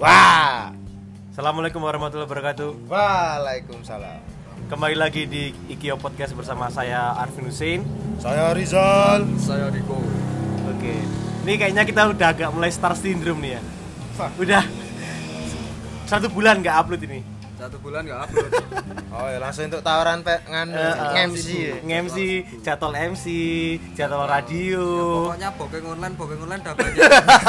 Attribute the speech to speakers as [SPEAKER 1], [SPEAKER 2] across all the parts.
[SPEAKER 1] Wah.
[SPEAKER 2] Assalamualaikum warahmatullahi wabarakatuh.
[SPEAKER 1] Waalaikumsalam.
[SPEAKER 2] Kembali lagi di Ikio Podcast bersama saya Arvin Hussein.
[SPEAKER 1] Saya Rizal.
[SPEAKER 3] Saya Riko.
[SPEAKER 2] Oke. Ini kayaknya kita udah agak mulai star syndrome nih ya. Udah 1 bulan nggak upload ini.
[SPEAKER 3] 1 bulan nggak upload.
[SPEAKER 1] Oh ya langsung untuk tawaran MC.
[SPEAKER 2] MC, jadwal MC, jadwal radio.
[SPEAKER 3] Ya, pokoknya booking online udah banyak.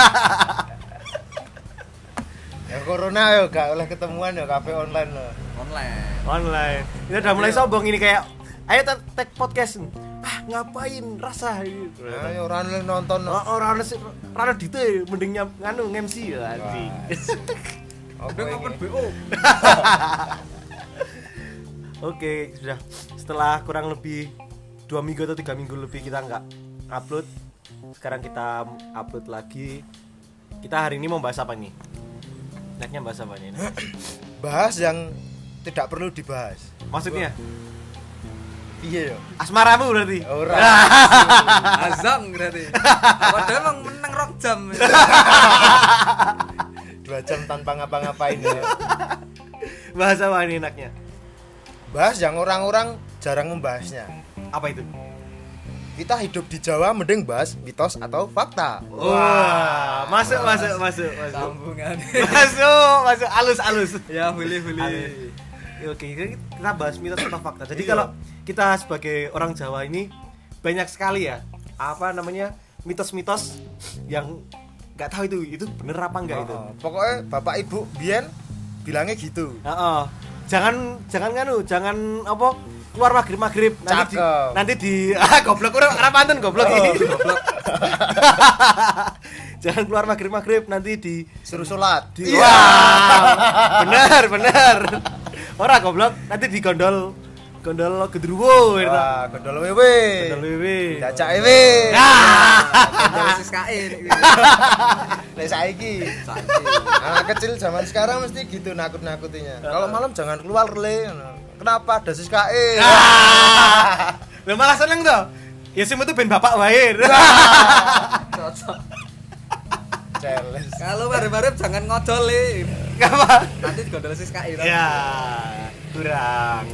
[SPEAKER 1] Ya corona yo gak oleh ketemuan yo kafe online loh.
[SPEAKER 3] Online.
[SPEAKER 2] Ini udah mulai sombong ini kayak ayo tag podcast. Ngapain rasa gitu.
[SPEAKER 1] Ayo orang nonton.
[SPEAKER 2] Orang dite mending nganu MC ya anjing.
[SPEAKER 1] Oke,
[SPEAKER 3] open BO.
[SPEAKER 2] Oke, sudah. Setelah kurang lebih 2 minggu atau 3 minggu lebih kita nggak upload. Sekarang kita upload lagi. Kita hari ini mau bahas apa nih? Enaknya bahas apa nih?
[SPEAKER 1] Bahas yang tidak perlu dibahas.
[SPEAKER 2] Maksudnya?
[SPEAKER 1] Iya yo.
[SPEAKER 2] Asmaramu berarti?
[SPEAKER 1] Ora.
[SPEAKER 3] Azam berarti. Padahal emang menang rok jam.
[SPEAKER 1] 2 jam tanpa ngapa-ngapain ya.
[SPEAKER 2] Bahas apa ini enaknya?
[SPEAKER 1] Bahas yang orang-orang jarang membahasnya.
[SPEAKER 2] Apa itu?
[SPEAKER 1] Kita hidup di Jawa mending bahas mitos atau fakta.
[SPEAKER 2] Wah, masuk.
[SPEAKER 3] Sambungan.
[SPEAKER 2] Masuk alus.
[SPEAKER 3] Ya, boleh.
[SPEAKER 2] Oke, kita bahas mitos atau fakta. Jadi kalau kita sebagai orang Jawa ini banyak sekali ya, apa namanya, mitos-mitos yang nggak tahu itu bener apa enggak itu.
[SPEAKER 1] Pokoknya bapak ibu biyen bilangnya gitu.
[SPEAKER 2] Jangan apa keluar maghrib nanti di goblok ora pantun goblok iki.
[SPEAKER 3] Goblok.
[SPEAKER 2] Jangan keluar maghrib nanti di
[SPEAKER 1] Suruh sholat.
[SPEAKER 2] Iya. Bener. Ora goblok, nanti digondol gendruwo gitu.
[SPEAKER 1] Wah, gondol wewe. Dacak wewe.
[SPEAKER 3] Gondol siskain.
[SPEAKER 1] Nek saiki. Anak kecil zaman sekarang mesti gitu nakut-nakutinya. Kalau malam jangan keluar le. Kenapa ada siskain?
[SPEAKER 2] Lah malah seneng toh. Ya sing metu ben bapak wae.
[SPEAKER 3] Cocok.
[SPEAKER 1] Celes.
[SPEAKER 3] Kalau bareng-bareng jangan ngodol, Le.
[SPEAKER 2] Apa?
[SPEAKER 3] Nanti digondol siskain.
[SPEAKER 2] Ya, kurang.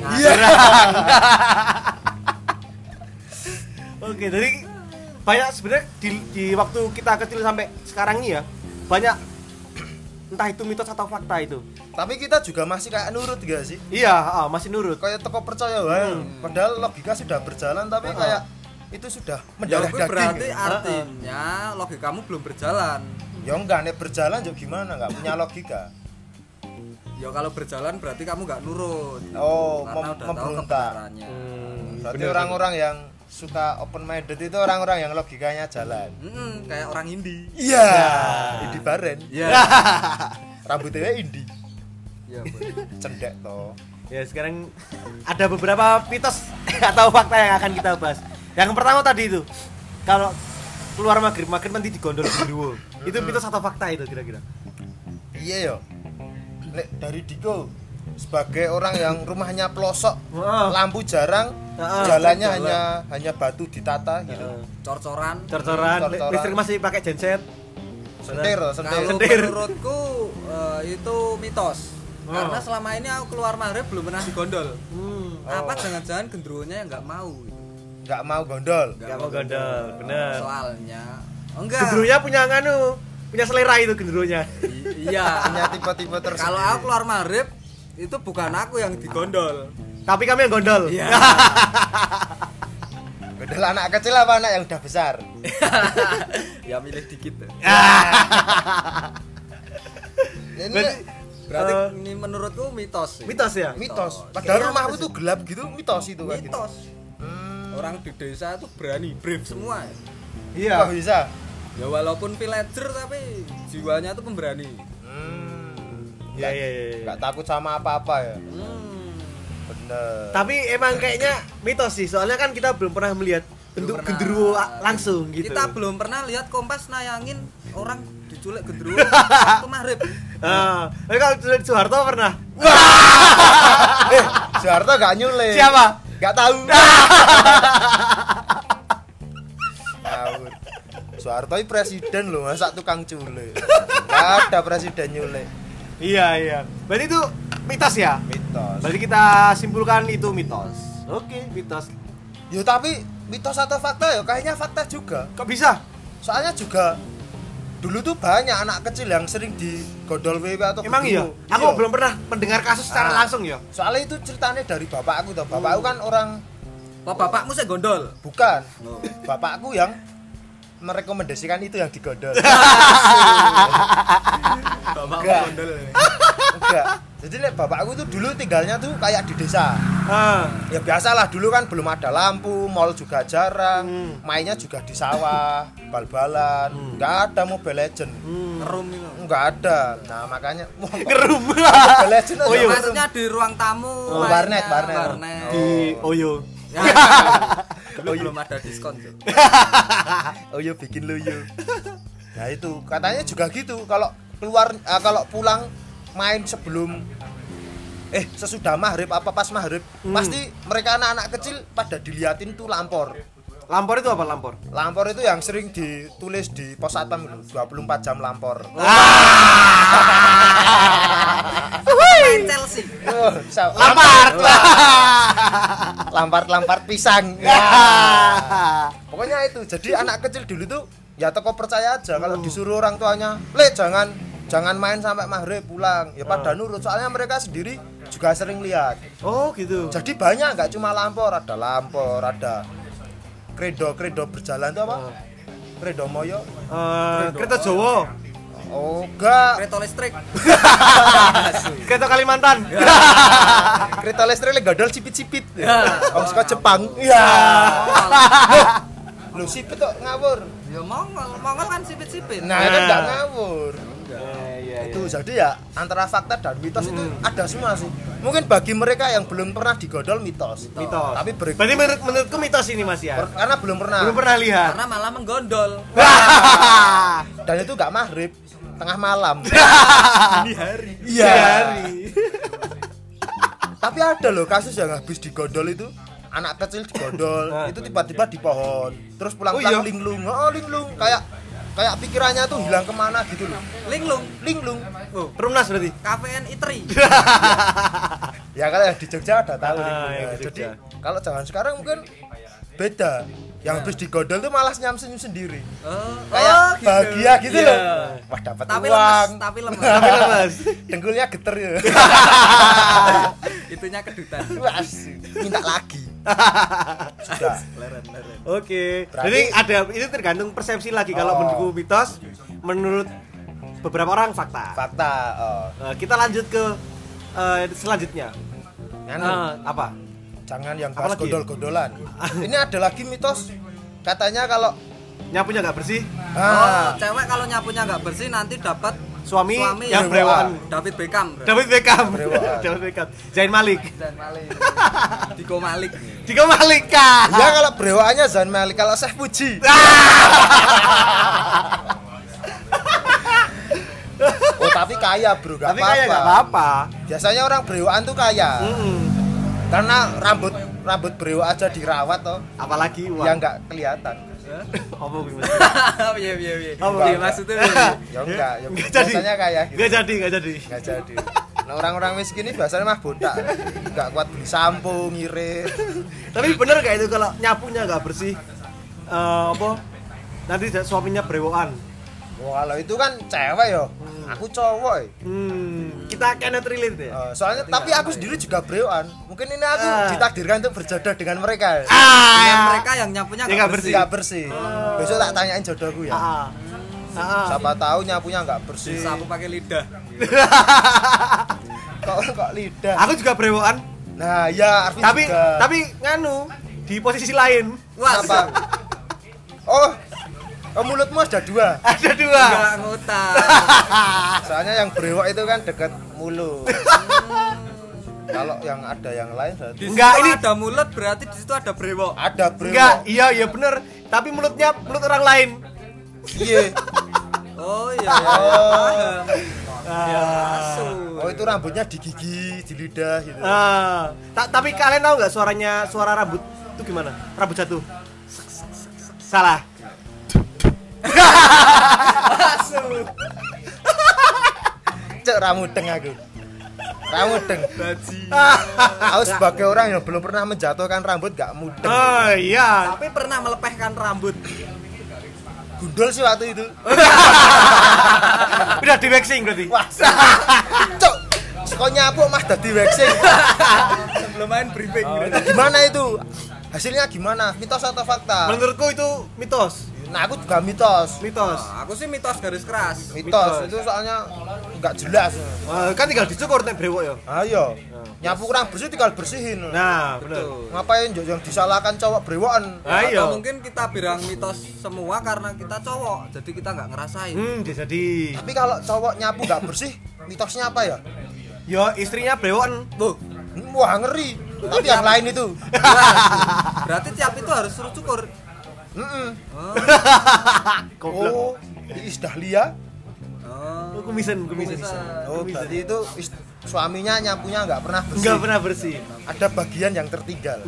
[SPEAKER 2] Oke, jadi banyak sebenarnya di waktu kita kecil sampai sekarang ini ya, banyak entah itu mitos atau fakta itu.
[SPEAKER 1] Tapi kita juga masih kayak nurut gak sih?
[SPEAKER 2] Iya, masih nurut.
[SPEAKER 1] Kayak teko percaya wae. Padahal logika sudah berjalan tapi kayak itu sudah mendarah daging.
[SPEAKER 3] Berarti artinya logikamu belum berjalan.
[SPEAKER 1] Ya enggak, nek berjalan juga gimana? Enggak punya logika.
[SPEAKER 3] Ya kalau berjalan berarti kamu enggak nurut.
[SPEAKER 1] Memberontak.
[SPEAKER 3] Karena udah tahu kebenarannya.
[SPEAKER 1] Berarti orang-orang yang suka open minded itu orang-orang yang logikanya jalan.
[SPEAKER 3] Kayak orang indie.
[SPEAKER 1] Iya. Indi Baren.
[SPEAKER 3] Iya.
[SPEAKER 1] Rambutnya indie.
[SPEAKER 3] Iya, bener.
[SPEAKER 1] Cendek toh.
[SPEAKER 2] Ya, sekarang ada beberapa mitos atau fakta yang akan kita bahas. Yang pertama tadi itu, kalau keluar maghrib nanti digondol gendruwo. Itu mitos atau fakta itu kira-kira?
[SPEAKER 1] Iya yo. Nek dari Diko sebagai orang yang rumahnya pelosok, lampu jarang, jalannya hanya batu ditata gitu.
[SPEAKER 3] Cor-coran,
[SPEAKER 2] listrik masih pakai genset.
[SPEAKER 1] Sentir.
[SPEAKER 3] Kalau menurutku itu mitos. Karena selama ini aku keluar maghrib belum pernah digondol. Apa jangan-jangan gendruwonya yang nggak mau gitu.
[SPEAKER 1] Nggak mau gondol.
[SPEAKER 2] Bener.
[SPEAKER 3] Soalnya enggak.
[SPEAKER 2] Gendruwonya punya selera itu gendruwonya.
[SPEAKER 3] Iya.
[SPEAKER 1] Punya tipe-tipe tersendiri.
[SPEAKER 3] Kalau aku keluar maghrib itu bukan aku yang digondol.
[SPEAKER 2] Tapi kami yang gondol.
[SPEAKER 3] Iya.
[SPEAKER 1] Gondol anak kecil apa anak yang udah besar?
[SPEAKER 3] Ya milih dikit. Berarti ini menurutku mitos sih.
[SPEAKER 2] Mitos ya?
[SPEAKER 1] Mitos. Padahal rumahmu tuh gelap gitu, mitos itu kan.
[SPEAKER 3] Mitos. Orang di desa tuh berani brave semua.
[SPEAKER 2] Iya.
[SPEAKER 1] Kok bisa?
[SPEAKER 3] Ya walaupun villager tapi jiwanya tuh pemberani.
[SPEAKER 2] Iya.
[SPEAKER 1] Enggak takut sama apa-apa ya. Bener.
[SPEAKER 2] Tapi emang kayaknya mitos sih, soalnya kan kita belum pernah melihat bentuk gendruwo langsung gitu.
[SPEAKER 3] Kita belum pernah lihat Kompas nayangin orang diculik gendruwo waktu maghrib.
[SPEAKER 2] Tapi kalau diculik Soeharto pernah.
[SPEAKER 1] Soeharto gak nyulik.
[SPEAKER 2] Siapa?
[SPEAKER 1] Gak tahu. Soeharto presiden loh, masa tukang culik. Gak ada presiden nyulik.
[SPEAKER 2] Iya. Berarti itu mitos ya?
[SPEAKER 1] Mitos.
[SPEAKER 2] Berarti kita simpulkan itu mitos. Oke, mitos.
[SPEAKER 1] Yo tapi mitos atau fakta ya kayaknya fakta juga.
[SPEAKER 2] Kok bisa?
[SPEAKER 1] Soalnya juga dulu tuh banyak anak kecil yang sering digodol wewe atau
[SPEAKER 2] Emang iya?
[SPEAKER 1] begitu.
[SPEAKER 2] Aku
[SPEAKER 1] Iya.
[SPEAKER 2] belum pernah mendengar kasus secara langsung ya.
[SPEAKER 1] Soalnya itu ceritanya dari bapakku tuh. Bapakku kan orang
[SPEAKER 3] Wah, bapakmu saya gondol.
[SPEAKER 1] bukan. Bapakku yang merekomendasikan itu yang digodol.
[SPEAKER 3] Bapakmu
[SPEAKER 1] Enggak.
[SPEAKER 3] gondol.
[SPEAKER 1] Enggak. Jadi nek bapakku tuh dulu tinggalnya tuh kayak di desa.
[SPEAKER 2] Ah.
[SPEAKER 1] Ya biasalah dulu kan belum ada lampu, mall juga jarang, mainnya juga di sawah, bal-balan, nggak ada Mobile Legend,
[SPEAKER 3] Ngerum itu.
[SPEAKER 1] nggak ada. Nah makanya
[SPEAKER 2] Ngerum.
[SPEAKER 1] Mobile Legend
[SPEAKER 2] Oh, iya.
[SPEAKER 3] Maksudnya di ruang tamu.
[SPEAKER 1] Oh,
[SPEAKER 3] mainnya
[SPEAKER 1] warnet.
[SPEAKER 2] Di Oyo.
[SPEAKER 3] Ya. Dulu belum ada diskon tuh.
[SPEAKER 1] oh yo bikin lu yo. Nah itu katanya juga gitu kalau keluar kalau pulang main sebelum sesudah maghrib apa pas maghrib pasti mereka anak-anak kecil pada diliatin tuh lampor.
[SPEAKER 2] Lampor itu apa lampor?
[SPEAKER 1] Lampor itu yang sering ditulis di pos satpam itu 24 jam lampor.
[SPEAKER 3] Main Chelsea.
[SPEAKER 1] Oh,
[SPEAKER 2] Lampar.
[SPEAKER 1] Lampar pisang. Ya. Pokoknya itu. Jadi anak kecil dulu tuh ya toko percaya aja kalau disuruh orang tuanya, "Le, jangan main sampai maghrib pulang." Ya pada nurut. Soalnya mereka sendiri juga sering lihat.
[SPEAKER 2] Oh, gitu.
[SPEAKER 1] Jadi banyak nggak cuma lampor, ada kredo berjalan tuh apa? Kredo moyo.
[SPEAKER 2] Kereta Jawa.
[SPEAKER 1] Oh, enggak.
[SPEAKER 3] Kereta listrik.
[SPEAKER 2] Kereta Kalimantan.
[SPEAKER 1] Kereta listrik lagi gadol cipit-cipit.
[SPEAKER 3] Ya.
[SPEAKER 1] Oh, suka Jepang. Iya. Lu sipit kok ngawur.
[SPEAKER 3] Ya Mongol kan sipit-sipit.
[SPEAKER 1] Nah, itu enggak ngawur.
[SPEAKER 2] Iya.
[SPEAKER 1] Itu jadi ya antara fakta dan mitos itu ada semua sih. Mungkin bagi mereka yang belum pernah digodol mitos.
[SPEAKER 2] Mitos.
[SPEAKER 1] Tapi
[SPEAKER 2] Berarti menurutku mitos ini Mas ya.
[SPEAKER 1] karena belum pernah.
[SPEAKER 2] Belum pernah lihat.
[SPEAKER 3] Karena malah menggondol.
[SPEAKER 1] Dan itu enggak maghrib, tengah malam.
[SPEAKER 2] Dini hari.
[SPEAKER 1] Iya.
[SPEAKER 2] Hari.
[SPEAKER 1] Tapi ada loh kasus yang habis digodol itu anak kecil digodol itu tiba-tiba di pohon terus pulang-pulang
[SPEAKER 2] Oh, iya?
[SPEAKER 1] linglung kayak pikirannya tuh hilang kemana gitu loh. Linglung
[SPEAKER 2] Oh, perumnas berarti.
[SPEAKER 3] KVN Itri.
[SPEAKER 1] ya kalau yang di Jogja ada tahu
[SPEAKER 2] Ah,
[SPEAKER 1] linglung.
[SPEAKER 2] yang
[SPEAKER 1] Ya,
[SPEAKER 2] di
[SPEAKER 1] jadi
[SPEAKER 2] Jogja.
[SPEAKER 1] kalau zaman sekarang mungkin beda yang habis digodol tuh malah senyum sendiri kayak
[SPEAKER 3] gitu.
[SPEAKER 1] bahagia gitu
[SPEAKER 3] Iya.
[SPEAKER 1] loh. Wah dapat
[SPEAKER 3] Tapi
[SPEAKER 1] uang
[SPEAKER 3] tapi lemes.
[SPEAKER 2] Tapi lemas.
[SPEAKER 1] dengkulnya geter ya.
[SPEAKER 3] Itunya kedutan.
[SPEAKER 1] Wah, minta lagi sudah.
[SPEAKER 3] Leren.
[SPEAKER 2] Oke.
[SPEAKER 1] Berarti-
[SPEAKER 2] Jadi ada itu tergantung persepsi lagi kalau
[SPEAKER 1] Oh.
[SPEAKER 2] menurutku mitos, menurut beberapa orang fakta.
[SPEAKER 1] Fakta
[SPEAKER 2] Kita lanjut ke selanjutnya. Apa?
[SPEAKER 1] jangan yang
[SPEAKER 2] Apa
[SPEAKER 1] bahas
[SPEAKER 2] lagi?
[SPEAKER 1] godol-godolan. Ini ada lagi mitos katanya kalau
[SPEAKER 2] Nyapunya nggak bersih,
[SPEAKER 3] Oh, cewek kalau nyapunya nggak bersih nanti dapat
[SPEAKER 2] suami
[SPEAKER 3] Suami
[SPEAKER 2] yang
[SPEAKER 1] berewokan.
[SPEAKER 2] berewokan.
[SPEAKER 3] David Beckham.
[SPEAKER 2] David Beckham.
[SPEAKER 1] Berewokan.
[SPEAKER 2] David Beckham. Zain Malik.
[SPEAKER 3] Dan Malik. Diko Malik.
[SPEAKER 2] Diko Malik kah?
[SPEAKER 1] ya kalau berewaannya Zain Malik, kalau Syekh Puji. Oh tapi kaya bro, gak
[SPEAKER 2] Tapi kayak nggak
[SPEAKER 1] apa-apa.
[SPEAKER 2] apa-apa.
[SPEAKER 1] Biasanya orang berewaan tuh kaya, karena rambut berewak aja dirawat toh,
[SPEAKER 2] Apalagi uang.
[SPEAKER 1] yang nggak kelihatan.
[SPEAKER 2] Apa gimana?
[SPEAKER 3] Iya.
[SPEAKER 2] Oh,
[SPEAKER 3] Iya, maksudnya piye?
[SPEAKER 1] Ya enggak, ya
[SPEAKER 2] Nggak jadi.
[SPEAKER 1] biasanya kaya gitu.
[SPEAKER 2] Nggak jadi.
[SPEAKER 1] Nggak jadi. Nah, orang-orang miskin ini biasanya mah botak, nggak kuat beli sampo, ngirit.
[SPEAKER 2] Tapi bener gak itu kalau nyapunya nggak bersih? Apa? Nanti suaminya berewokan.
[SPEAKER 1] Wah kalau itu kan cewek yo, aku cowok.
[SPEAKER 2] Kita cannot relate ya.
[SPEAKER 1] Soalnya tapi aku sendiri juga berewan. Mungkin ini aku ditakdirkan untuk berjodoh dengan mereka.
[SPEAKER 3] Dengan mereka yang nyapunya
[SPEAKER 2] Ya,
[SPEAKER 3] nggak
[SPEAKER 2] nggak
[SPEAKER 3] bersih.
[SPEAKER 1] Nggak bersih. Besok tak tanyain jodohku ya. Siapa tahu nyapunya nggak bersih.
[SPEAKER 3] Sapu pakai lidah.
[SPEAKER 1] Kok lidah.
[SPEAKER 2] Aku juga berewokan.
[SPEAKER 1] Nah ya Arvin juga.
[SPEAKER 2] Tapi nganu di posisi lain
[SPEAKER 3] Wah,
[SPEAKER 1] Apa? Oh mulutmu ada dua.
[SPEAKER 2] ada dua.
[SPEAKER 3] enggak ngutang.
[SPEAKER 1] Soalnya yang berewok itu kan dekat mulut. Kalau yang ada yang lain berarti
[SPEAKER 3] Di
[SPEAKER 2] Enggak,
[SPEAKER 3] situ
[SPEAKER 2] ini-
[SPEAKER 3] ada mulut berarti di situ ada brewok.
[SPEAKER 1] ada berewok.
[SPEAKER 2] Enggak, iya bener. Tapi mulutnya mulut orang lain.
[SPEAKER 1] Iya.
[SPEAKER 3] Oh iya.
[SPEAKER 1] Oh.
[SPEAKER 3] Asu.
[SPEAKER 1] Oh itu rambutnya di gigi, di lidah gitu.
[SPEAKER 2] Tapi kalian tahu nggak suara rambut itu gimana? Rambut jatuh. Salah.
[SPEAKER 1] cek ra mudeng aku. Ra mudeng. Aku sebagai orang yang belum pernah menjatuhkan rambut gak mudeng.
[SPEAKER 2] Oh iya.
[SPEAKER 3] Tapi pernah melepehkan rambut.
[SPEAKER 1] Gundul sih waktu itu.
[SPEAKER 2] Udah di waxing berarti.
[SPEAKER 1] Wah. Cok. Sekonya aku mah dadi waxing.
[SPEAKER 3] Sebelum main briefing.
[SPEAKER 1] Gimana itu? Hasilnya gimana? Mitos atau fakta?
[SPEAKER 2] Menurutku itu mitos.
[SPEAKER 1] Nah, aku juga mitos.
[SPEAKER 2] Mitos.
[SPEAKER 3] Aku sih mitos garis keras.
[SPEAKER 1] Mitos itu soalnya nggak jelas.
[SPEAKER 2] Kan tinggal dicukur nek brewok ya.
[SPEAKER 1] Ayo. Nyapu kurang bersih tinggal bersihin.
[SPEAKER 2] Nah, bener.
[SPEAKER 1] Ngapain yang disalahkan cowok brewokan?
[SPEAKER 2] Ayo.
[SPEAKER 3] Atau mungkin kita bilang mitos semua karena kita cowok, jadi kita nggak ngerasain.
[SPEAKER 2] Bisa jadi.
[SPEAKER 1] Tapi kalau cowok nyapu nggak bersih, mitosnya apa ya?
[SPEAKER 2] Yo istrinya brewokan.
[SPEAKER 3] Bu,
[SPEAKER 1] Wah, ngeri. Tapi yang lain itu.
[SPEAKER 3] berarti tiap itu harus suruh cukur.
[SPEAKER 1] Oh, Iis Dahlia.
[SPEAKER 3] Oh,
[SPEAKER 2] Kumisan.
[SPEAKER 1] Oh, berarti itu suaminya nyapunya nggak pernah bersih.
[SPEAKER 2] Enggak pernah bersih.
[SPEAKER 1] Ada bagian yang tertinggal.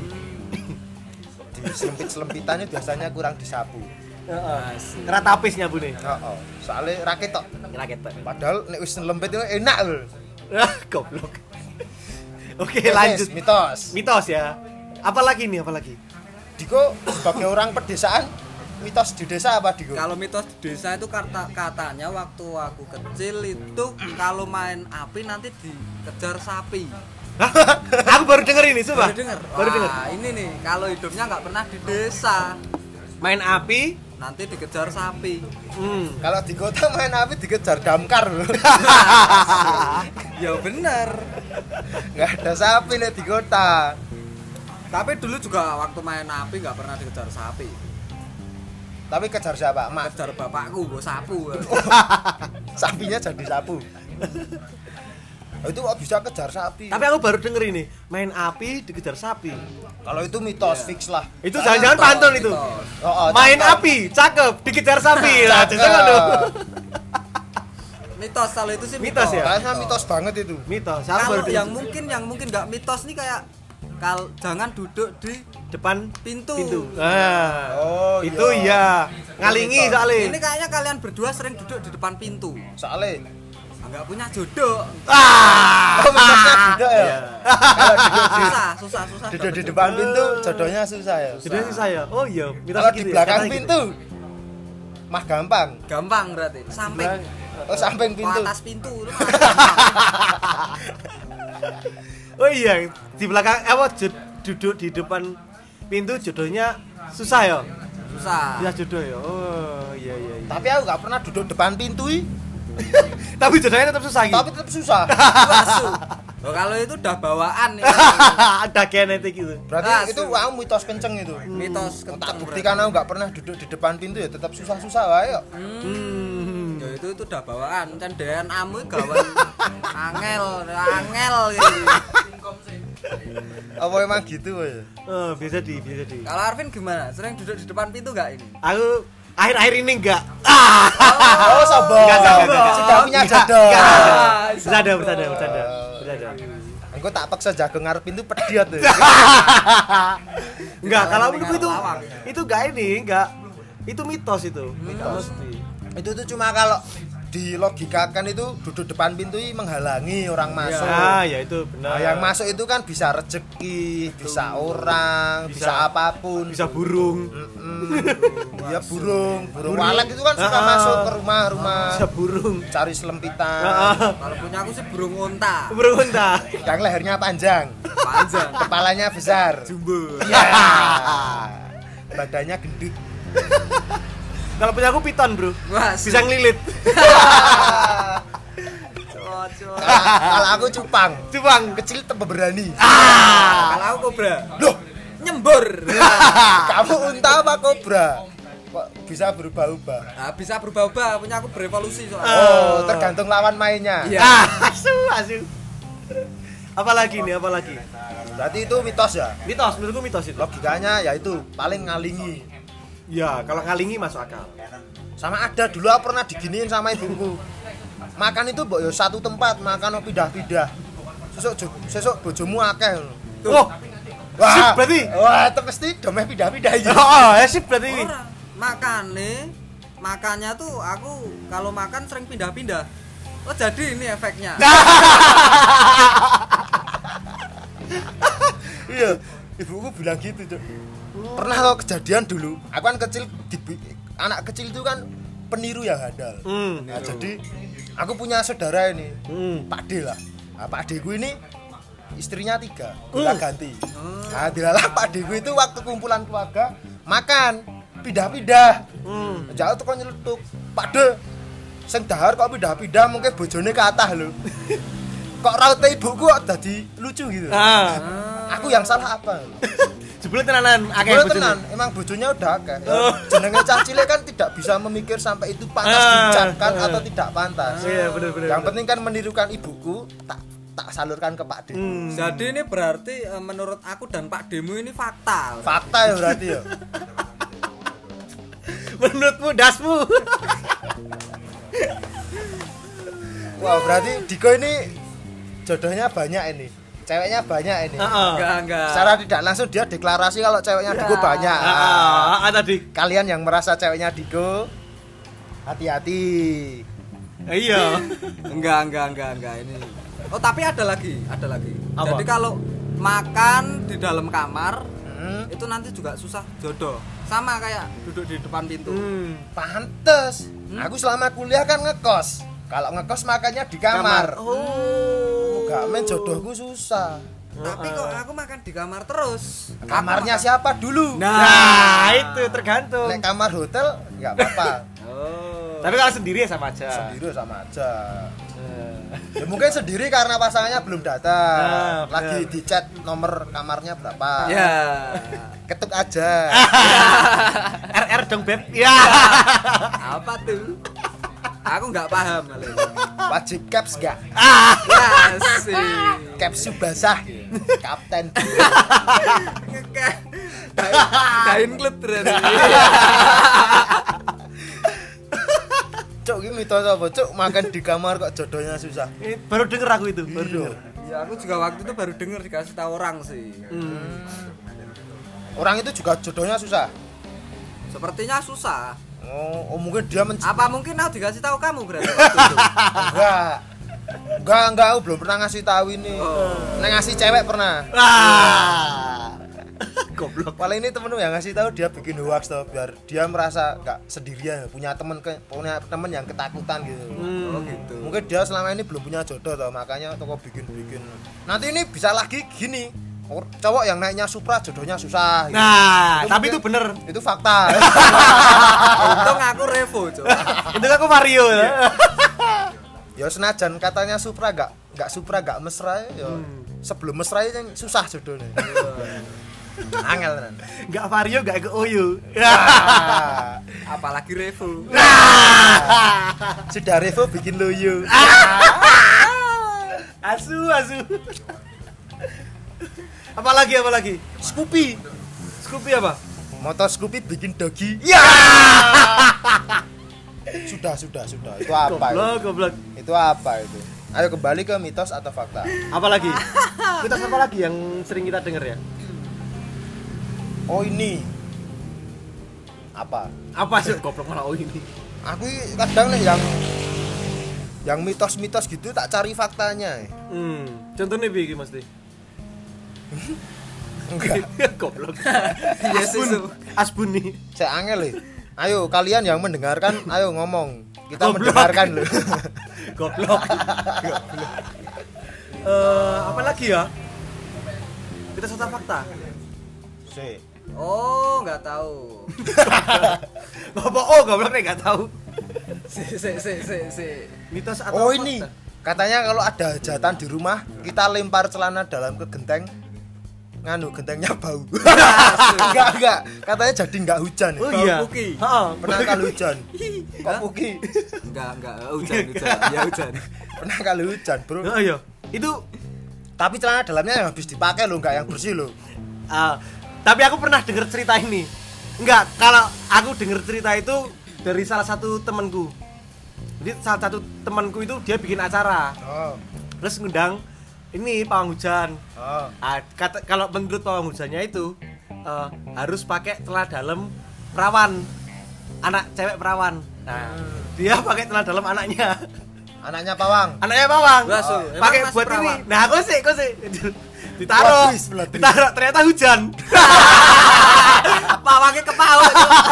[SPEAKER 1] Di selempit-selempitannya biasanya kurang disapu.
[SPEAKER 2] Kera tapis nyapu nih.
[SPEAKER 1] Oh. Soalnya rakit tok.
[SPEAKER 2] Raket.
[SPEAKER 1] Padahal nek wis lempit itu enak loh.
[SPEAKER 2] Goblok. Oke, lanjut.
[SPEAKER 1] Mitos.
[SPEAKER 2] Ya. Apalagi nih,
[SPEAKER 1] Diko sebagai orang pedesaan, mitos di desa apa Diko?
[SPEAKER 3] kalau mitos di desa itu katanya waktu aku kecil itu kalau main api nanti dikejar sapi.
[SPEAKER 2] Hah? Aku baru denger ini, coba.
[SPEAKER 3] Baru denger. Wah, ini nih kalau hidupnya nggak pernah di desa,
[SPEAKER 2] Main api.
[SPEAKER 3] nanti dikejar sapi.
[SPEAKER 1] Kalau di kota main api dikejar damkar loh.
[SPEAKER 3] Ya bener.
[SPEAKER 1] Nggak ada sapi nih di kota.
[SPEAKER 3] Tapi dulu juga waktu main api nggak pernah dikejar sapi.
[SPEAKER 1] Tapi kejar siapa? Mak.
[SPEAKER 3] Kejar bapakku, gue sapu.
[SPEAKER 1] Sapinya jadi sapu. Oh, itu kok bisa kejar sapi?
[SPEAKER 2] Tapi aku baru denger ini, main api dikejar sapi.
[SPEAKER 1] Kalau itu mitos fix lah.
[SPEAKER 2] Itu jangan-jangan pantun itu.
[SPEAKER 1] Oh,
[SPEAKER 2] Main
[SPEAKER 1] cakep.
[SPEAKER 2] api, cakep, dikejar sapi. Lah,
[SPEAKER 1] Cakep.
[SPEAKER 2] jangan dong.
[SPEAKER 3] Mitos kalau itu sih
[SPEAKER 2] Mitos ya?
[SPEAKER 1] Kayaknya mitos banget itu.
[SPEAKER 2] Mitos. Aku
[SPEAKER 3] Kalau
[SPEAKER 2] baru denger.
[SPEAKER 3] yang mungkin nggak mitos nih kayak jangan duduk di
[SPEAKER 2] Depan
[SPEAKER 3] pintu.
[SPEAKER 1] Oh,
[SPEAKER 2] itu iya. Ngalingi
[SPEAKER 1] Mitos.
[SPEAKER 2] soalnya.
[SPEAKER 3] Ini kayaknya kalian berdua sering duduk di depan pintu.
[SPEAKER 1] Soalnya
[SPEAKER 3] Nggak punya jodoh.
[SPEAKER 1] oh, mitosnya tidak ya? Kalau
[SPEAKER 3] Susah.
[SPEAKER 1] duduk di depan pintu, jodohnya susah ya?
[SPEAKER 2] Jadi sih saya. Oh iya, mitos
[SPEAKER 1] Kalau di
[SPEAKER 2] gitu ya,
[SPEAKER 1] belakang
[SPEAKER 2] katanya gitu.
[SPEAKER 1] pintu mah gampang.
[SPEAKER 3] Gampang berarti. Samping.
[SPEAKER 1] Oh, samping pintu.
[SPEAKER 3] Atas pintu. Itu mah
[SPEAKER 2] Oh iya, di belakang duduk di depan pintu jodohnya susah ya?
[SPEAKER 3] susah.
[SPEAKER 2] Ya jodoh ya. Oh iya.
[SPEAKER 1] Tapi aku nggak pernah duduk depan pintu
[SPEAKER 2] Tapi jodohnya tetap susah gitu.
[SPEAKER 1] tapi tetap susah.
[SPEAKER 3] Asu. Oh, kalau itu udah bawaan ya.
[SPEAKER 2] Ada genetik gitu.
[SPEAKER 1] Berarti itu aku mitos kenceng itu.
[SPEAKER 3] Mitos
[SPEAKER 1] Tak
[SPEAKER 3] kencang.
[SPEAKER 1] buktikan aku nggak pernah duduk di depan pintu ya tetap susah-susah wae kok.
[SPEAKER 3] Ya itu udah bawaan. Kan DNA-mu gawan angel gitu.
[SPEAKER 1] Apa emang gitu ya?
[SPEAKER 2] Oh, bisa di.
[SPEAKER 3] Kalau Arvin gimana? Sering duduk di depan pintu enggak ini?
[SPEAKER 2] Aku akhir-akhir ini enggak.
[SPEAKER 1] Oh, sombong.
[SPEAKER 2] Enggak.
[SPEAKER 1] Sudah punya
[SPEAKER 2] Enggak,
[SPEAKER 1] jodoh.
[SPEAKER 2] enggak. Bercanda.
[SPEAKER 1] Engko tak paksa jago ngarep pintu pediot tuh.
[SPEAKER 2] Enggak, kalau menurutku itu
[SPEAKER 3] Lawang.
[SPEAKER 2] enggak. Itu mitos itu. Mitos.
[SPEAKER 1] Itu tuh cuma kalau dilogikakan itu duduk depan pintu ini menghalangi orang masuk.
[SPEAKER 2] Ah, ya itu benar.
[SPEAKER 1] Nah, yang masuk itu kan bisa rezeki, bisa orang, bisa apapun.
[SPEAKER 2] bisa burung.
[SPEAKER 1] Iya burung walet itu kan suka masuk ke rumah-rumah
[SPEAKER 2] Bisa burung.
[SPEAKER 1] cari selempitan.
[SPEAKER 3] Kalau punya aku sih burung unta.
[SPEAKER 2] Burung unta.
[SPEAKER 1] Yang lehernya panjang,
[SPEAKER 3] Panjang.
[SPEAKER 1] kepalanya besar.
[SPEAKER 3] Jumbo.
[SPEAKER 1] Ya. Badannya gendut.
[SPEAKER 2] Kalau punya aku piton, Bro.
[SPEAKER 3] Wah,
[SPEAKER 2] Bisa ngelilit.
[SPEAKER 3] cocok.
[SPEAKER 1] Kalau aku cupang,
[SPEAKER 2] Cupang.
[SPEAKER 1] kecil tapi berani.
[SPEAKER 3] Kalau aku kobra.
[SPEAKER 1] Loh,
[SPEAKER 3] Nyembur.
[SPEAKER 1] kamu unta apa kobra? Kok bisa berubah-ubah?
[SPEAKER 3] Nah, bisa berubah-ubah, punya aku berevolusi soalnya.
[SPEAKER 1] Oh, tergantung lawan mainnya.
[SPEAKER 3] Iya.
[SPEAKER 2] Asu. Apalagi nih, apalagi?
[SPEAKER 1] Berarti itu mitos ya?
[SPEAKER 2] Mitos, menurutku mitos itu.
[SPEAKER 1] Logikanya yaitu paling ngalingi.
[SPEAKER 2] Ya, kalau ngalingi masuk akal.
[SPEAKER 1] Sama ada dulu aku pernah diginiin sama ibuku. Makan itu mbok yo satu tempat, makan kok pindah-pindah. Sesuk bojomu akeh.
[SPEAKER 2] Oh, sip berarti.
[SPEAKER 1] Wah, itu pasti domeh pindah-pindah iki.
[SPEAKER 2] Oh, sip berarti ini.
[SPEAKER 3] Orang makannya tuh aku kalau makan sering pindah-pindah. Oh jadi ini efeknya.
[SPEAKER 1] Iya, ibuku bilang gitu, Cuk. Pernah kok kejadian dulu. Aku kan kecil anak kecil itu kan peniru yang handal. Nah, jadi aku punya saudara ini, Pak D lah. Nah, Pak D ku ini istrinya 3, kita ganti. Nah, dilalah Pak D ku itu waktu kumpulan keluarga makan pindah-pindah. Jauh tuh kan nyeletuk. Pak D, sing dahar kok pindah-pindah mungkin bojone kathah lho. Kok raute ibuku kok dadi lucu gitu. Aku yang salah apa?
[SPEAKER 2] Jebule tenanan akeh
[SPEAKER 1] Boleh
[SPEAKER 2] bojone.
[SPEAKER 1] tenan, emang bojonya udah akeh. Jenenge cah cilik kan tidak bisa memikir sampai itu pantas diucapkan atau tidak pantas.
[SPEAKER 2] Iya, bener.
[SPEAKER 1] Yang penting kan menirukan ibuku, tak salurkan ke Pak D.
[SPEAKER 3] Jadi ini berarti menurut aku dan Pak Demu ini fakta.
[SPEAKER 1] Fakta ya berarti ya.
[SPEAKER 2] Menurutmu dasmu.
[SPEAKER 1] Wah, berarti Diko ini jodohnya banyak ini. Ceweknya banyak ini.
[SPEAKER 3] Enggak.
[SPEAKER 1] Secara tidak langsung dia deklarasi kalau ceweknya Diko banyak.
[SPEAKER 2] Tadi.
[SPEAKER 1] Kalian yang merasa ceweknya Diko, hati-hati.
[SPEAKER 2] Iya.
[SPEAKER 3] Enggak ini. Oh, tapi ada lagi.
[SPEAKER 2] Apa?
[SPEAKER 3] Jadi kalau makan di dalam kamar itu nanti juga susah jodoh. Sama kayak duduk di depan pintu.
[SPEAKER 1] Pantes. Aku selama kuliah kan ngekos. Kalau ngekos makannya di kamar. Gak main jodohku susah.
[SPEAKER 3] Tapi kok aku makan di kamar terus.
[SPEAKER 1] Kamarnya siapa dulu?
[SPEAKER 2] Nah, itu tergantung.
[SPEAKER 1] Nek kamar hotel nggak apa-apa.
[SPEAKER 2] Tapi kalau sendiri ya sama aja.
[SPEAKER 1] Sendiri sama aja. Ya mungkin sendiri karena pasangannya belum datang. Lagi di chat nomor kamarnya berapa.
[SPEAKER 3] Ya.
[SPEAKER 1] Ketuk aja.
[SPEAKER 2] RR dong, Beb. Ya.
[SPEAKER 3] Apa tuh? Aku nggak paham malah.
[SPEAKER 1] Wajib caps gak?
[SPEAKER 3] Ya sih.
[SPEAKER 1] Caps basah. Kapten.
[SPEAKER 3] Kain klut terus.
[SPEAKER 1] Cuk, ini mitos apa? Cuk, makan di kamar kok jodohnya susah.
[SPEAKER 2] Baru denger aku itu, baru denger.
[SPEAKER 3] Ya aku juga waktu itu baru dengar dikasih tahu orang sih.
[SPEAKER 1] Orang itu juga jodohnya susah.
[SPEAKER 3] Sepertinya susah.
[SPEAKER 1] Oh, mungkin dia
[SPEAKER 3] Apa mungkin aku dikasih tahu kamu berarti waktu itu?
[SPEAKER 1] Enggak, aku belum pernah ngasih tahu ini. Nek ngasih cewek pernah.
[SPEAKER 2] Goblok.
[SPEAKER 1] Paling ini temenmu yang ngasih tahu dia bikin hoax tuh biar dia merasa enggak sendirian, punya temen yang ketakutan gitu.
[SPEAKER 3] Oh gitu.
[SPEAKER 1] Mungkin dia selama ini belum punya jodoh tuh, makanya toko bikin. Nanti ini bisa lagi gini. Cowok yang naiknya Supra jodohnya susah gitu.
[SPEAKER 2] Nah, tapi itu bener.
[SPEAKER 1] Itu fakta.
[SPEAKER 3] Untung aku Revo, Cok.
[SPEAKER 2] Itu aku Mario ya.
[SPEAKER 1] Ya senajan katanya Supra enggak mesra ya. Sebelum mesra yang susah jodohnya. Angel tenan.
[SPEAKER 2] Enggak Mario, enggak ke Oyo.
[SPEAKER 3] Apalagi Revo.
[SPEAKER 1] Sudah Revo bikin loyo.
[SPEAKER 2] Asu. Apalagi?
[SPEAKER 1] Scoopy
[SPEAKER 2] apa?
[SPEAKER 1] Motor Scoopy bikin dogi.
[SPEAKER 2] Ya.
[SPEAKER 1] Sudah. Itu apa?
[SPEAKER 2] Goblok.
[SPEAKER 1] Itu apa itu? Ayo kembali ke mitos atau fakta.
[SPEAKER 2] Apalagi? Mitos apa lagi yang sering kita dengar ya?
[SPEAKER 1] Oh ini. Apa?
[SPEAKER 2] Apa sih goblok malah ini?
[SPEAKER 1] Aku kadang nih yang mitos-mitos gitu tak cari faktanya.
[SPEAKER 2] Contohnya piye iki mesti?
[SPEAKER 1] Enggak.
[SPEAKER 2] Goblok.
[SPEAKER 3] Yes,
[SPEAKER 2] Asbun nih.
[SPEAKER 1] Saya angel nih. Ayo kalian yang mendengarkan, ayo ngomong. Kita
[SPEAKER 2] Goblok.
[SPEAKER 1] mendengarkan loh.
[SPEAKER 2] Goblok. Apa lagi ya? Kita soal fakta.
[SPEAKER 1] Si.
[SPEAKER 3] Oh, nggak tahu.
[SPEAKER 2] Bapak goblok nih enggak tahu.
[SPEAKER 3] Si.
[SPEAKER 2] Mitos atau
[SPEAKER 1] Oh
[SPEAKER 2] fakta?
[SPEAKER 1] ini. Katanya kalau ada hajatan di rumah, kita lempar celana dalam ke genteng. Gentengnya bau. Enggak. Katanya jadi enggak hujan.
[SPEAKER 2] Oh
[SPEAKER 3] Bau
[SPEAKER 2] iya.
[SPEAKER 3] puki.
[SPEAKER 2] Heeh.
[SPEAKER 1] Pernah kali hujan. Kok puki?
[SPEAKER 3] Enggak, hujan. Ya hujan.
[SPEAKER 1] Pernah kali hujan, Bro.
[SPEAKER 2] Oh iya. Itu
[SPEAKER 1] Tapi celana dalamnya yang habis dipakai loh, enggak yang bersih loh.
[SPEAKER 2] tapi aku pernah dengar cerita ini. Enggak, kalau aku dengar cerita itu dari salah satu temanku. Jadi salah satu temanku itu dia bikin acara.
[SPEAKER 1] Oh.
[SPEAKER 2] Terus ngundang ini pawang hujan.
[SPEAKER 1] Oh.
[SPEAKER 2] Kalau menurut pawang hujannya itu harus pakai celana dalam perawan. Anak cewek perawan. Nah, dia pakai celana dalam anaknya.
[SPEAKER 1] Anaknya pawang.
[SPEAKER 2] Anaknya pawang.
[SPEAKER 3] Wah, Su, emang
[SPEAKER 2] Pakai
[SPEAKER 3] Mas
[SPEAKER 2] buat
[SPEAKER 3] perawan?
[SPEAKER 2] ini. Nah, kok sih. Ditaruh. Ditaruh ternyata hujan.
[SPEAKER 3] Pawangnya kepaut.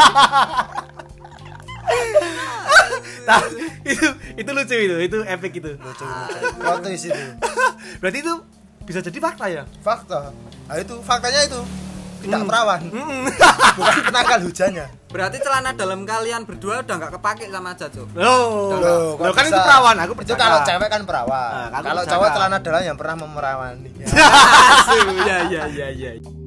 [SPEAKER 2] Nah, itu lucu itu epic itu.
[SPEAKER 1] Lucu. Plot twist itu.
[SPEAKER 2] Berarti itu bisa jadi fakta ya?
[SPEAKER 1] Fakta. Nah itu faktanya itu tidak perawan. Bukan penangkal hujannya.
[SPEAKER 3] Berarti celana dalam kalian berdua udah nggak kepake sama Cacuk.
[SPEAKER 2] Loh,
[SPEAKER 1] kok
[SPEAKER 2] kan
[SPEAKER 1] bisa?
[SPEAKER 2] itu perawan, aku
[SPEAKER 1] Itu
[SPEAKER 2] percaya.
[SPEAKER 1] kalau cewek kan perawan.
[SPEAKER 2] Nah, aku
[SPEAKER 1] Kalau
[SPEAKER 2] percaya.
[SPEAKER 1] cowok celana dalam yang pernah memerawani.
[SPEAKER 2] Ya.